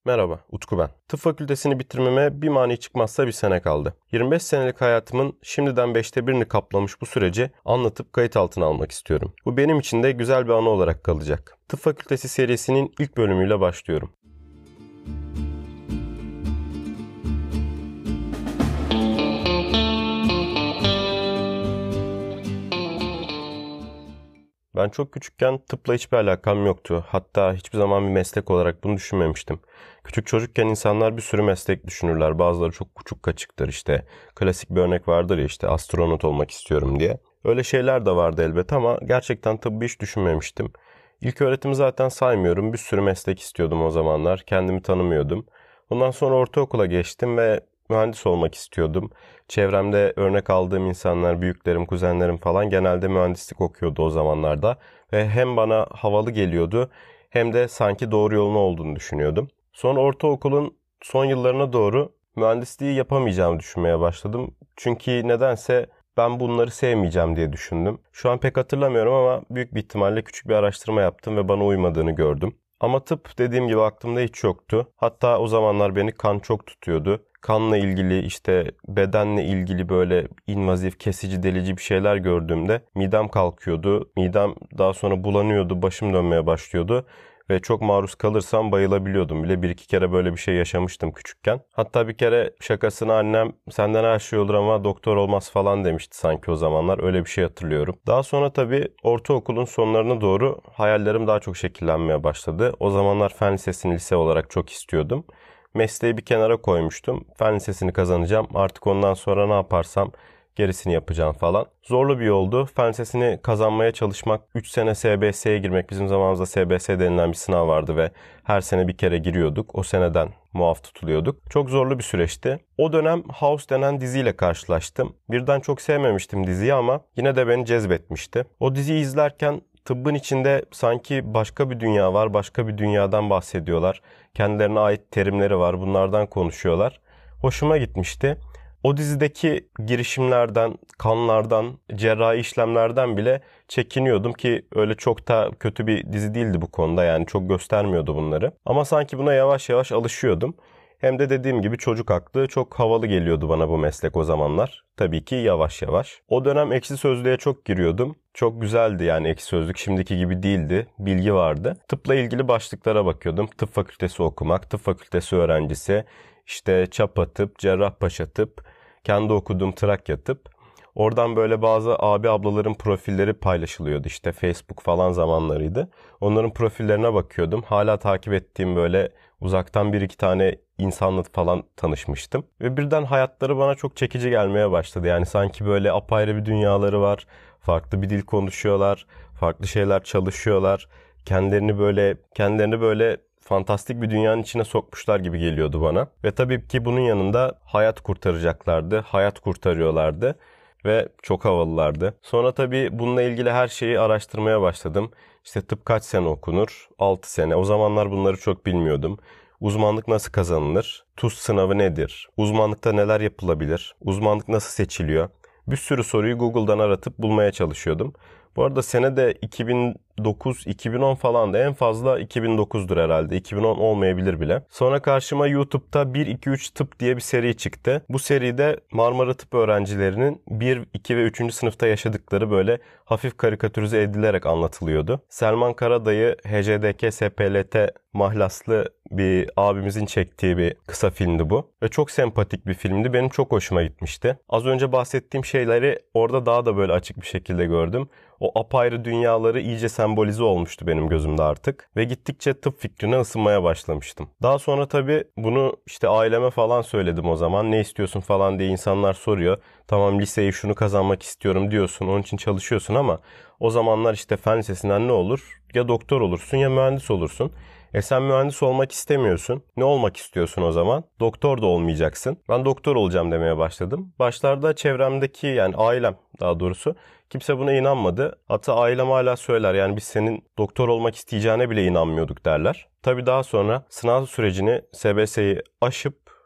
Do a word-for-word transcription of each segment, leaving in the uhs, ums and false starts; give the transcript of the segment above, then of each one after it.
Merhaba, Utku ben. Tıp fakültesini bitirmeme bir mani çıkmazsa bir sene kaldı. yirmi beş senelik hayatımın şimdiden beşte birini kaplamış bu süreci anlatıp kayıt altına almak istiyorum. Bu benim için de güzel bir anı olarak kalacak. Tıp fakültesi serisinin ilk bölümüyle başlıyorum. Ben çok küçükken tıpla hiçbir alakam yoktu. Hatta hiçbir zaman bir meslek olarak bunu düşünmemiştim. Küçük çocukken insanlar bir sürü meslek düşünürler. Bazıları çok küçük kaçıktır işte. Klasik bir örnek vardır ya işte astronot olmak istiyorum diye. Öyle şeyler de vardı elbet ama gerçekten tıbbı hiç düşünmemiştim. İlk öğretimi zaten saymıyorum. Bir sürü meslek istiyordum o zamanlar. Kendimi tanımıyordum. Ondan sonra ortaokula geçtim ve mühendis olmak istiyordum. Çevremde örnek aldığım insanlar, büyüklerim, kuzenlerim falan genelde mühendislik okuyordu o zamanlarda. Ve hem bana havalı geliyordu hem de sanki doğru yolun olduğunu düşünüyordum. Sonra ortaokulun son yıllarına doğru mühendisliği yapamayacağımı düşünmeye başladım. Çünkü nedense ben bunları sevmeyeceğim diye düşündüm. Şu an pek hatırlamıyorum ama büyük bir ihtimalle küçük bir araştırma yaptım ve bana uymadığını gördüm. Ama tıp dediğim gibi aklımda hiç yoktu. Hatta o zamanlar beni kan çok tutuyordu. Kanla ilgili işte bedenle ilgili böyle invazif, kesici, delici bir şeyler gördüğümde midem kalkıyordu. Midem daha sonra bulanıyordu, başım dönmeye başlıyordu. Ve çok maruz kalırsam bayılabiliyordum bile. Bir iki kere böyle bir şey yaşamıştım küçükken. Hatta bir kere şakasına annem senden her şey olur ama doktor olmaz falan demişti sanki o zamanlar. Öyle bir şey hatırlıyorum. Daha sonra tabii ortaokulun sonlarına doğru hayallerim daha çok şekillenmeye başladı. O zamanlar fen lisesini lise olarak çok istiyordum. Mesleği bir kenara koymuştum. Fen lisesini kazanacağım. Artık ondan sonra ne yaparsam gerisini yapacağım falan. Zorlu bir yoldu. Fen lisesini kazanmaya çalışmak, üç sene S B S'ye girmek. Bizim zamanımızda S B S denilen bir sınav vardı ve her sene bir kere giriyorduk. O seneden muaf tutuluyorduk. Çok zorlu bir süreçti. O dönem House denen diziyle karşılaştım. Birden çok sevmemiştim diziyi ama yine de beni cezbetmişti. O diziyi izlerken tıbbın içinde sanki başka bir dünya var, başka bir dünyadan bahsediyorlar. Kendilerine ait terimleri var, bunlardan konuşuyorlar. Hoşuma gitmişti. O dizideki girişimlerden, kanlardan, cerrahi işlemlerden bile çekiniyordum ki öyle çok da kötü bir dizi değildi bu konuda, yani çok göstermiyordu bunları. Ama sanki buna yavaş yavaş alışıyordum. Hem de dediğim gibi çocuk aklı, çok havalı geliyordu bana bu meslek o zamanlar. Tabii ki yavaş yavaş. O dönem Ekşi Sözlüğe çok giriyordum. Çok güzeldi yani Ekşi Sözlük, şimdiki gibi değildi. Bilgi vardı. Tıpla ilgili başlıklara bakıyordum. Tıp fakültesi okumak, tıp fakültesi öğrencisi, işte Çapa tıp, Cerrahpaşa tıp, kendi okuduğum Trakya tıp. Oradan böyle bazı abi ablaların profilleri paylaşılıyordu, işte Facebook falan zamanlarıydı. Onların profillerine bakıyordum. Hala takip ettiğim böyle uzaktan bir iki tane insanla falan tanışmıştım. Ve birden hayatları bana çok çekici gelmeye başladı. Yani sanki böyle apayrı bir dünyaları var. Farklı bir dil konuşuyorlar. Farklı şeyler çalışıyorlar. Kendilerini böyle kendilerini böyle fantastik bir dünyanın içine sokmuşlar gibi geliyordu bana. Ve tabii ki bunun yanında hayat kurtaracaklardı. Hayat kurtarıyorlardı. Ve çok havalılardı. Sonra tabii bununla ilgili her şeyi araştırmaya başladım. İşte tıp kaç sene okunur? altı sene. O zamanlar bunları çok bilmiyordum. Uzmanlık nasıl kazanılır? TUS sınavı nedir? Uzmanlıkta neler yapılabilir? Uzmanlık nasıl seçiliyor? Bir sürü soruyu Google'dan aratıp bulmaya çalışıyordum. Bu arada sene de iki bin dokuz iki bin on falan da, en fazla iki bin dokuzdur herhalde. iki bin on olmayabilir bile. Sonra karşıma YouTube'da bir iki üç tıp diye bir seri çıktı. Bu seride Marmara Tıp öğrencilerinin bir iki ve üçüncü sınıfta yaşadıkları böyle hafif karikatürize edilerek anlatılıyordu. Selman Karadayı H C D K S P L T mahlaslı bir abimizin çektiği bir kısa filmdi bu. Ve çok sempatik bir filmdi. Benim çok hoşuma gitmişti. Az önce bahsettiğim şeyleri orada daha da böyle açık bir şekilde gördüm. O apayrı dünyaları iyice sembolize olmuştu benim gözümde artık. Ve gittikçe tıp fikrine ısınmaya başlamıştım. Daha sonra tabii bunu işte aileme falan söyledim o zaman. Ne istiyorsun falan diye insanlar soruyor. Tamam, liseyi şunu kazanmak istiyorum diyorsun. Onun için çalışıyorsun ama o zamanlar işte fen lisesinden ne olur? Ya doktor olursun ya mühendis olursun. E sen mühendis olmak istemiyorsun. Ne olmak istiyorsun o zaman? Doktor da olmayacaksın. Ben doktor olacağım demeye başladım. Başlarda çevremdeki, yani ailem daha doğrusu, kimse buna inanmadı. Hatta ailem hala söyler, yani biz senin doktor olmak isteyeceğine bile inanmıyorduk derler. Tabii daha sonra sınav sürecini, S B S'yi aşıp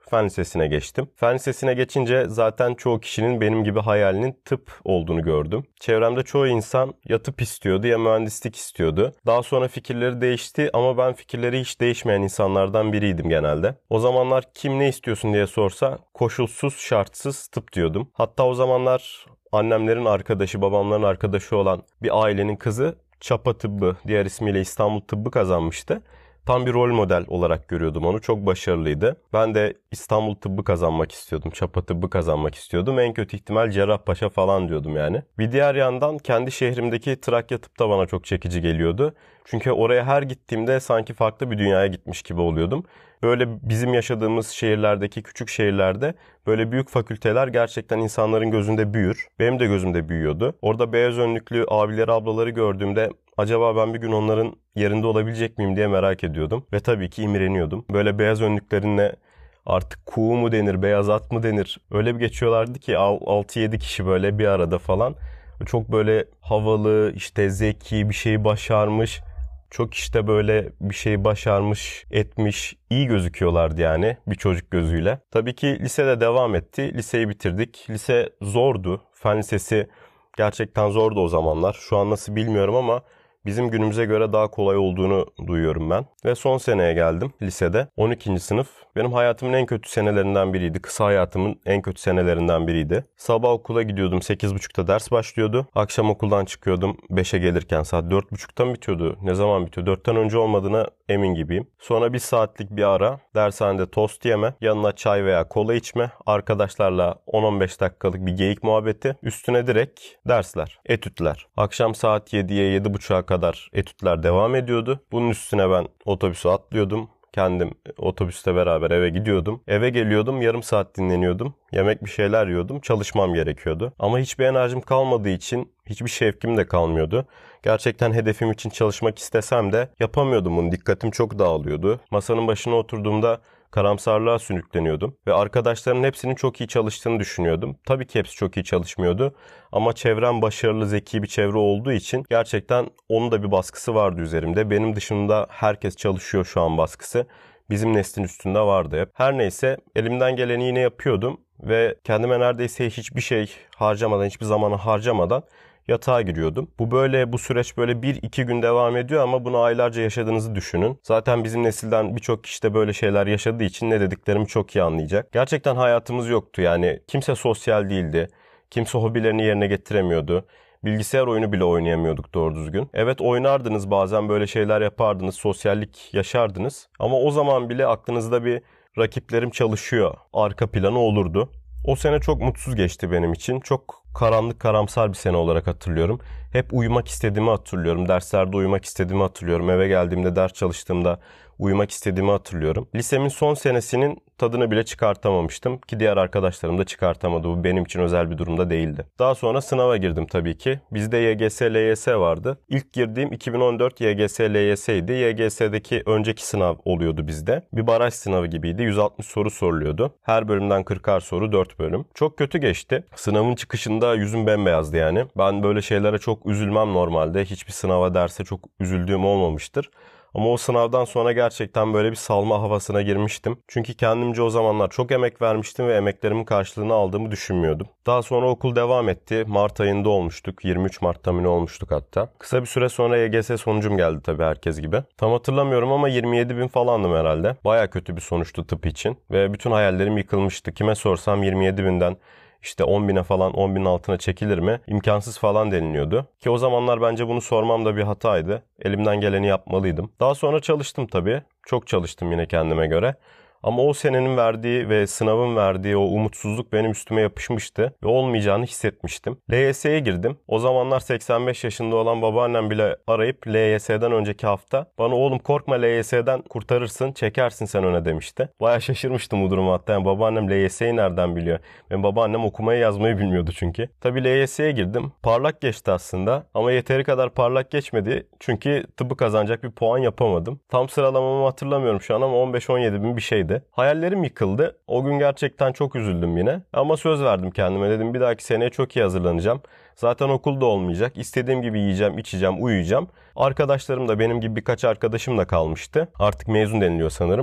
Fen Lisesi'ne geçtim. Fen Lisesi'ne geçince zaten çoğu kişinin benim gibi hayalinin tıp olduğunu gördüm. Çevremde çoğu insan ya tıp istiyordu ya mühendislik istiyordu. Daha sonra fikirleri değişti ama ben fikirleri hiç değişmeyen insanlardan biriydim genelde. O zamanlar kim ne istiyorsun diye sorsa koşulsuz şartsız tıp diyordum. Hatta o zamanlar annemlerin arkadaşı, babamların arkadaşı olan bir ailenin kızı Çapa Tıbbı, diğer ismiyle İstanbul Tıbbı kazanmıştı. Tam bir rol model olarak görüyordum onu. Çok başarılıydı. Ben de İstanbul Tıbbı kazanmak istiyordum. Çapa Tıbbı kazanmak istiyordum. En kötü ihtimal Cerrahpaşa falan diyordum yani. Bir diğer yandan kendi şehrimdeki Trakya Tıp da bana çok çekici geliyordu. Çünkü oraya her gittiğimde sanki farklı bir dünyaya gitmiş gibi oluyordum. Böyle bizim yaşadığımız şehirlerdeki, küçük şehirlerde böyle büyük fakülteler gerçekten insanların gözünde büyür. Benim de gözümde büyüyordu. Orada beyaz önlüklü abileri, ablaları gördüğümde acaba ben bir gün onların yerinde olabilecek miyim diye merak ediyordum. Ve tabii ki imreniyordum. Böyle beyaz önlüklerinle artık kuğu mu denir, beyaz at mı denir? Öyle bir geçiyorlardı ki altı yedi kişi böyle bir arada falan. Çok böyle havalı, işte zeki, bir şeyi başarmış. Çok işte böyle bir şey başarmış, etmiş, iyi gözüküyorlardı yani bir çocuk gözüyle. Tabii ki lisede devam etti. Liseyi bitirdik. Lise zordu. Fen lisesi gerçekten zordu o zamanlar. Şu an nasıl bilmiyorum ama bizim günümüze göre daha kolay olduğunu duyuyorum ben. Ve son seneye geldim lisede. on ikinci sınıf. Benim hayatımın en kötü senelerinden biriydi. Kısa hayatımın en kötü senelerinden biriydi. Sabah okula gidiyordum. sekiz buçukta ders başlıyordu. Akşam okuldan çıkıyordum. beşe gelirken saat dört buçukta mı bitiyordu? Ne zaman bitiyor? dörtten önce olmadığına emin gibiyim. Sonra bir saatlik bir ara. Dershanede tost yeme. Yanına çay veya kola içme. Arkadaşlarla on on beş dakikalık bir geyik muhabbeti. Üstüne direkt dersler. Etütler. Akşam saat yediye yedi buçuğa kadar kadar etütler devam ediyordu. Bunun üstüne ben otobüse atlıyordum. Kendim otobüste beraber eve gidiyordum. Eve geliyordum, yarım saat dinleniyordum. Yemek bir şeyler yiyordum. Çalışmam gerekiyordu. Ama hiçbir enerjim kalmadığı için hiçbir şevkim de kalmıyordu. Gerçekten hedefim için çalışmak istesem de yapamıyordum bunu. Dikkatim çok dağılıyordu. Masanın başına oturduğumda karamsarlığa sürükleniyordum ve arkadaşlarımın hepsinin çok iyi çalıştığını düşünüyordum. Tabii ki hepsi çok iyi çalışmıyordu ama çevrem başarılı, zeki bir çevre olduğu için gerçekten onun da bir baskısı vardı üzerimde. Benim dışımda herkes çalışıyor şu an baskısı bizim neslin üstünde vardı hep. Her neyse elimden geleni yine yapıyordum ve kendime neredeyse hiçbir şey harcamadan, hiçbir zamanı harcamadan yatağa giriyordum. Bu böyle bu süreç böyle bir iki gün devam ediyor ama bunu aylarca yaşadığınızı düşünün. Zaten bizim nesilden birçok kişi de böyle şeyler yaşadığı için ne dediklerimi çok iyi anlayacak. Gerçekten hayatımız yoktu yani. Kimse sosyal değildi. Kimse hobilerini yerine getiremiyordu. Bilgisayar oyunu bile oynayamıyorduk doğru düzgün. Evet oynardınız bazen böyle şeyler yapardınız. Sosyallik yaşardınız. Ama o zaman bile aklınızda bir rakiplerim çalışıyor arka planı olurdu. O sene çok mutsuz geçti benim için. Çok karanlık, karamsar bir sene olarak hatırlıyorum. Hep uyumak istediğimi hatırlıyorum. Derslerde uyumak istediğimi hatırlıyorum. Eve geldiğimde ders çalıştığımda uyumak istediğimi hatırlıyorum. Lisemin son senesinin tadını bile çıkartamamıştım ki diğer arkadaşlarım da çıkartamadı. Bu benim için özel bir durumda değildi. Daha sonra sınava girdim tabii ki. Bizde Y G S, L Y S vardı. İlk girdiğim iki bin on dört Y G S, L Y S'ydi. Y G S'deki önceki sınav oluyordu bizde. Bir baraj sınavı gibiydi. yüz altmış soru soruluyordu. Her bölümden kırkar soru, dört bölüm. Çok kötü geçti. Sınavın çıkışında yüzüm bembeyazdı yani. Ben böyle şeylere çok üzülmem normalde. Hiçbir sınava, derse çok üzüldüğüm olmamıştır. Ama o sınavdan sonra gerçekten böyle bir salma havasına girmiştim. Çünkü kendimce o zamanlar çok emek vermiştim ve emeklerimin karşılığını aldığımı düşünmüyordum. Daha sonra okul devam etti. Mart ayında olmuştuk. yirmi üç Mart'ta mı ne olmuştuk hatta. Kısa bir süre sonra Y G S sonucum geldi tabii herkes gibi. Tam hatırlamıyorum ama yirmi yedi bin falandım herhalde. Baya kötü bir sonuçtu tıp için. Ve bütün hayallerim yıkılmıştı. Kime sorsam yirmi yedi binden İşte on bine falan, on binin altına çekilir mi? İmkansız falan deniliyordu. Ki o zamanlar bence bunu sormam da bir hataydı. Elimden geleni yapmalıydım. Daha sonra çalıştım tabii. Çok çalıştım yine kendime göre. Ama o senenin verdiği ve sınavın verdiği o umutsuzluk benim üstüme yapışmıştı ve olmayacağını hissetmiştim. L Y S'ye girdim. O zamanlar seksen beş yaşında olan babaannem bile arayıp L Y S'den önceki hafta bana oğlum korkma L Y S'den kurtarırsın, çekersin sen öne demişti. Baya şaşırmıştım bu duruma hatta. Yani babaannem L Y S'yi nereden biliyor? Benim babaannem okumayı yazmayı bilmiyordu çünkü. Tabii L Y S'ye girdim. Parlak geçti aslında ama yeteri kadar parlak geçmedi. Çünkü tıbbı kazanacak bir puan yapamadım. Tam sıralamamı hatırlamıyorum şu an ama on beş on yedi bin bir şeydi. Hayallerim yıkıldı. O gün gerçekten çok üzüldüm yine. Ama söz verdim kendime. Dedim bir dahaki seneye çok iyi hazırlanacağım. Zaten okulda olmayacak. İstediğim gibi yiyeceğim, içeceğim, uyuyacağım. Arkadaşlarım da benim gibi birkaç arkadaşım da kalmıştı. Artık mezun deniliyor sanırım.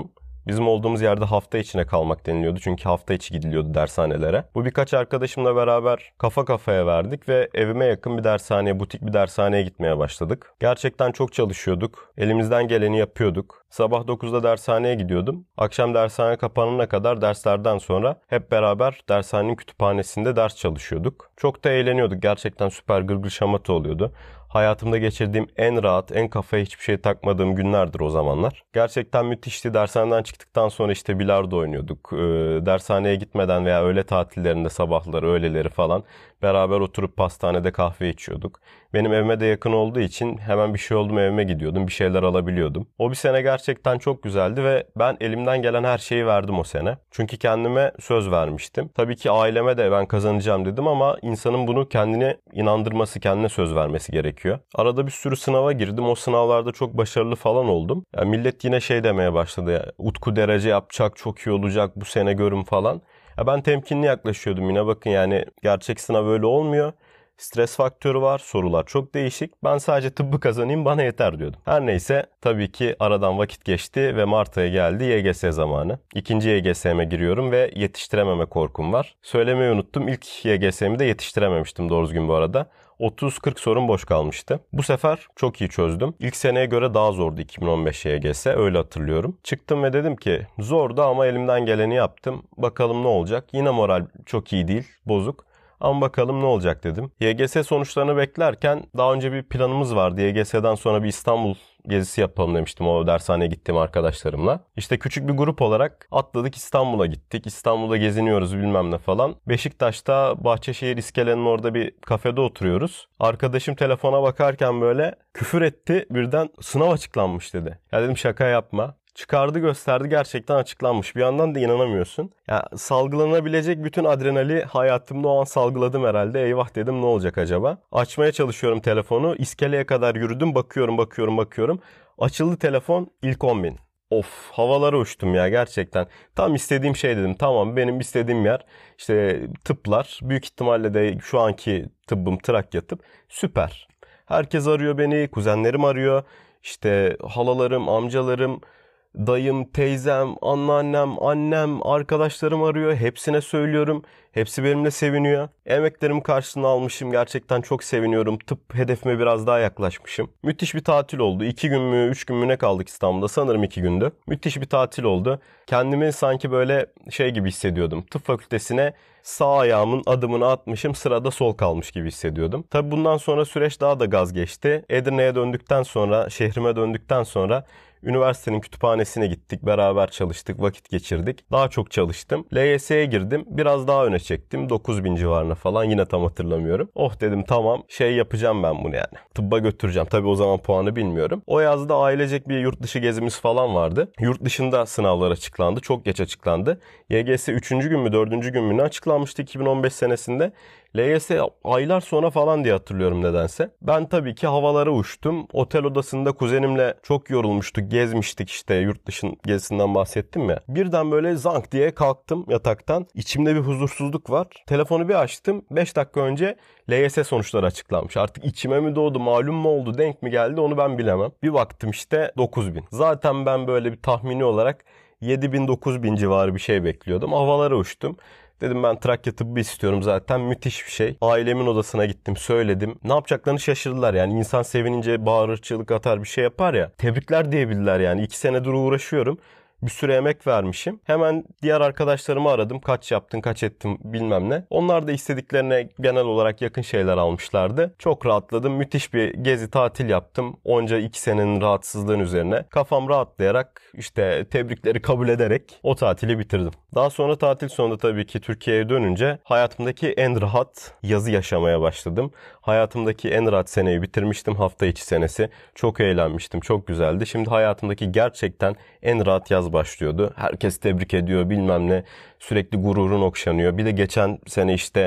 Bizim olduğumuz yerde hafta içine kalmak deniliyordu. Çünkü hafta içi gidiliyordu dershanelere. Bu birkaç arkadaşımla beraber kafa kafaya verdik ve evime yakın bir dershaneye, butik bir dershaneye gitmeye başladık. Gerçekten çok çalışıyorduk. Elimizden geleni yapıyorduk. Sabah dokuzda dershaneye gidiyordum. Akşam dershane kapanana kadar derslerden sonra hep beraber dershanenin kütüphanesinde ders çalışıyorduk. Çok da eğleniyorduk. Gerçekten süper gırgır şamata oluyordu. Hayatımda geçirdiğim en rahat, en kafaya hiçbir şey takmadığım günlerdir o zamanlar. Gerçekten müthişti. Dershaneden çıktıktan sonra işte bilardo oynuyorduk. Ee, dershaneye gitmeden veya öğle tatillerinde sabahları, öğleleri falan beraber oturup pastanede kahve içiyorduk. Benim evime de yakın olduğu için hemen bir şey oldu mu evime gidiyordum. Bir şeyler alabiliyordum. O bir sene gerçekten çok güzeldi ve ben elimden gelen her şeyi verdim o sene. Çünkü kendime söz vermiştim. Tabii ki aileme de ben kazanacağım dedim ama insanın bunu kendine inandırması, kendine söz vermesi gerekiyor. Arada bir sürü sınava girdim. O sınavlarda çok başarılı falan oldum. Yani millet yine şey demeye başladı. Ya, Utku derece yapacak, çok iyi olacak, bu sene görün falan. Ya ben temkinli yaklaşıyordum yine, bakın yani gerçek sınav öyle olmuyor. Stres faktörü var, sorular çok değişik. Ben sadece tıbbı kazanayım, bana yeter diyordum. Her neyse tabii ki aradan vakit geçti ve Mart ayı geldi, Y G S zamanı. İkinci Y G S'me giriyorum ve yetiştirememe korkum var. Söylemeyi unuttum, ilk Y G S'mi de yetiştirememiştim doğru düzgün bu arada. otuz kırk sorun boş kalmıştı. Bu sefer çok iyi çözdüm. İlk seneye göre daha zordu iki bin on beş Y G S, öyle hatırlıyorum. Çıktım ve dedim ki zordu ama elimden geleni yaptım. Bakalım ne olacak? Yine moral çok iyi değil, bozuk. Ama bakalım ne olacak dedim. Y G S sonuçlarını beklerken daha önce bir planımız vardı. Y G S'den sonra bir İstanbul gezisi yapalım demiştim o dershaneye gittiğim arkadaşlarımla. İşte küçük bir grup olarak atladık, İstanbul'a gittik. İstanbul'da geziniyoruz bilmem ne falan. Beşiktaş'ta Bahçeşehir İskele'nin orada bir kafede oturuyoruz. Arkadaşım telefona bakarken böyle küfür etti, birden sınav açıklanmış dedi. Ya dedim şaka yapma. Çıkardı gösterdi, gerçekten açıklanmış. Bir yandan da inanamıyorsun. Ya salgılanabilecek bütün adrenali hayatımda o an salgıladım herhalde. Eyvah dedim, ne olacak acaba? Açmaya çalışıyorum telefonu. İskeleye kadar yürüdüm. Bakıyorum bakıyorum bakıyorum. Açıldı telefon, ilk on bin. Of, havalara uçtum ya gerçekten. Tam istediğim şey dedim. Tamam, benim istediğim yer işte tıplar. Büyük ihtimalle de şu anki tıbbım Trakya tıp. Süper. Herkes arıyor beni. Kuzenlerim arıyor. İşte halalarım, amcalarım, dayım, teyzem, anneannem, annem, arkadaşlarım arıyor. Hepsine söylüyorum. Hepsi benimle seviniyor. Emeklerimi karşılığını almışım. Gerçekten çok seviniyorum. Tıp hedefime biraz daha yaklaşmışım. Müthiş bir tatil oldu. İki gün mü, üç gün mü ne kaldık İstanbul'da? Sanırım iki gündü. Müthiş bir tatil oldu. Kendimi sanki böyle şey gibi hissediyordum. Tıp fakültesine sağ ayağımın adımını atmışım, sırada sol kalmış gibi hissediyordum. Tabi bundan sonra süreç daha da gaz geçti. Edirne'ye döndükten sonra, şehrime döndükten sonra üniversitenin kütüphanesine gittik. Beraber çalıştık, vakit geçirdik. Daha çok çalıştım. L Y S'ye girdim. Biraz daha öne çektim. dokuz bin civarına falan. Yine tam hatırlamıyorum. Oh dedim, tamam şey yapacağım ben bunu yani. Tıbba götüreceğim. Tabii o zaman puanı bilmiyorum. O yazda ailecek bir yurt dışı gezimiz falan vardı. Yurt dışında sınavlar açıklandı. Çok geç açıklandı. Y G S üçüncü gün mü dördüncü gün mü ne açıklanmıştı iki bin on beş senesinde. L Y S aylar sonra falan diye hatırlıyorum nedense. Ben tabii ki havalara uçtum. Otel odasında kuzenimle çok yorulmuştuk. Gezmiştik işte, yurt dışı gezisinden bahsettim ya. Birden böyle zank diye kalktım yataktan. İçimde bir huzursuzluk var. Telefonu bir açtım. beş dakika önce L Y S sonuçları açıklanmış. Artık içime mi doğdu, malum mu oldu, denk mi geldi onu ben bilemem. Bir baktım işte dokuz bin. Zaten ben böyle bir tahmini olarak yedi bin dokuz bin civarı bir şey bekliyordum. Havalara uçtum. Dedim ben Trakya tıbbı istiyorum zaten, müthiş bir şey. Ailemin odasına gittim, söyledim. Ne yapacaklarını şaşırdılar yani. İnsan sevinince bağırır, çığlık atar, bir şey yapar ya. Tebrikler diyebildiler yani. İki senedir uğraşıyorum. Bir sürü emek vermişim. Hemen diğer arkadaşlarımı aradım. Kaç yaptın, kaç ettin bilmem ne. Onlar da istediklerine genel olarak yakın şeyler almışlardı. Çok rahatladım. Müthiş bir gezi, tatil yaptım. Onca iki senenin rahatsızlığın üzerine. Kafam rahatlayarak, işte tebrikleri kabul ederek o tatili bitirdim. Daha sonra tatil sonunda tabii ki Türkiye'ye dönünce hayatımdaki en rahat yazı yaşamaya başladım. Hayatımdaki en rahat seneyi bitirmiştim, hafta içi senesi. Çok eğlenmiştim, çok güzeldi. Şimdi hayatımdaki gerçekten en rahat yaz başlıyordu. Herkes tebrik ediyor bilmem ne. Sürekli gururun okşanıyor. Bir de geçen sene işte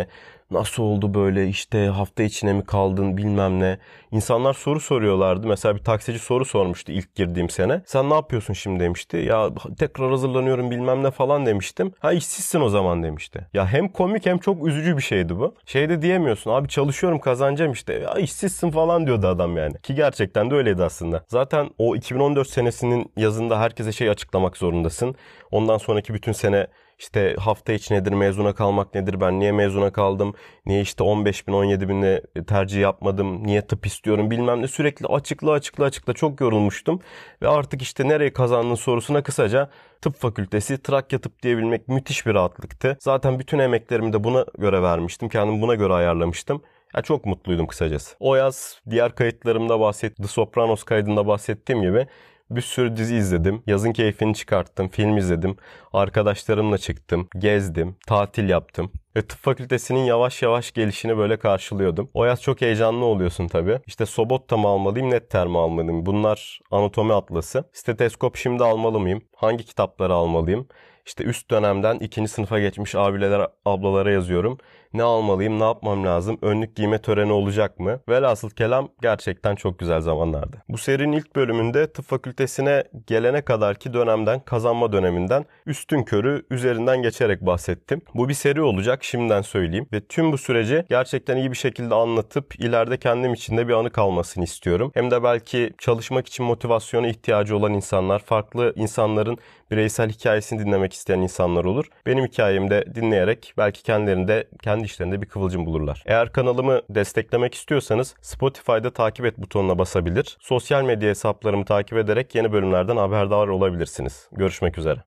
Nasıl oldu böyle, işte hafta içine mi kaldın bilmem ne. İnsanlar soru soruyorlardı. Mesela bir taksici soru sormuştu ilk girdiğim sene. Sen ne yapıyorsun şimdi demişti. Ya tekrar hazırlanıyorum bilmem ne falan demiştim. Ha işsizsin o zaman demişti. Ya hem komik hem çok üzücü bir şeydi bu. Şey de diyemiyorsun abi, çalışıyorum kazanacağım işte. Ya işsizsin falan diyordu adam yani. Ki gerçekten de öyleydi aslında. Zaten o iki bin on dört senesinin yazında herkese şey açıklamak zorundasın. Ondan sonraki bütün sene işte hafta içi nedir, mezuna kalmak nedir, ben niye mezuna kaldım, niye işte on beş bin on yedi binle tercih yapmadım, niye tıp istiyorum bilmem ne, sürekli açıkla açıkla açıkla çok yorulmuştum. Ve artık işte nereye kazandığın sorusuna kısaca tıp fakültesi, Trakya tıp diyebilmek müthiş bir rahatlıktı. Zaten bütün emeklerimi de buna göre vermiştim, kendimi buna göre ayarlamıştım. Ya çok mutluydum kısacası. O yaz diğer kayıtlarımda bahsettiğim, The Sopranos kaydında bahsettiğim gibi bir sürü dizi izledim. Yazın keyfini çıkarttım. Film izledim. Arkadaşlarımla çıktım. Gezdim. Tatil yaptım. Ve tıp fakültesinin yavaş yavaş gelişini böyle karşılıyordum. O yaz çok heyecanlı oluyorsun tabii. İşte Sobotta mı almalıyım, Netter mi almalıyım? Bunlar anatomi atlası. Steteskop şimdi almalı mıyım? Hangi kitapları almalıyım? İşte üst dönemden ikinci sınıfa geçmiş abiler, ablalara yazıyorum. Ne almalıyım, ne yapmam lazım, önlük giyme töreni olacak mı? Velhasıl kelam gerçekten çok güzel zamanlardı. Bu serinin ilk bölümünde tıp fakültesine gelene kadarki dönemden, kazanma döneminden üstünkörü üzerinden geçerek bahsettim. Bu bir seri olacak, şimdiden söyleyeyim. Ve tüm bu süreci gerçekten iyi bir şekilde anlatıp ileride kendim için de bir anı kalmasını istiyorum. Hem de belki çalışmak için motivasyona ihtiyacı olan insanlar, farklı insanların bireysel hikayesini dinlemek isteyen insanlar olur. Benim hikayemi de dinleyerek belki kendilerinde, kendi işlerinde bir kıvılcım bulurlar. Eğer kanalımı desteklemek istiyorsanız Spotify'da takip et butonuna basabilir. Sosyal medya hesaplarımı takip ederek yeni bölümlerden haberdar olabilirsiniz. Görüşmek üzere.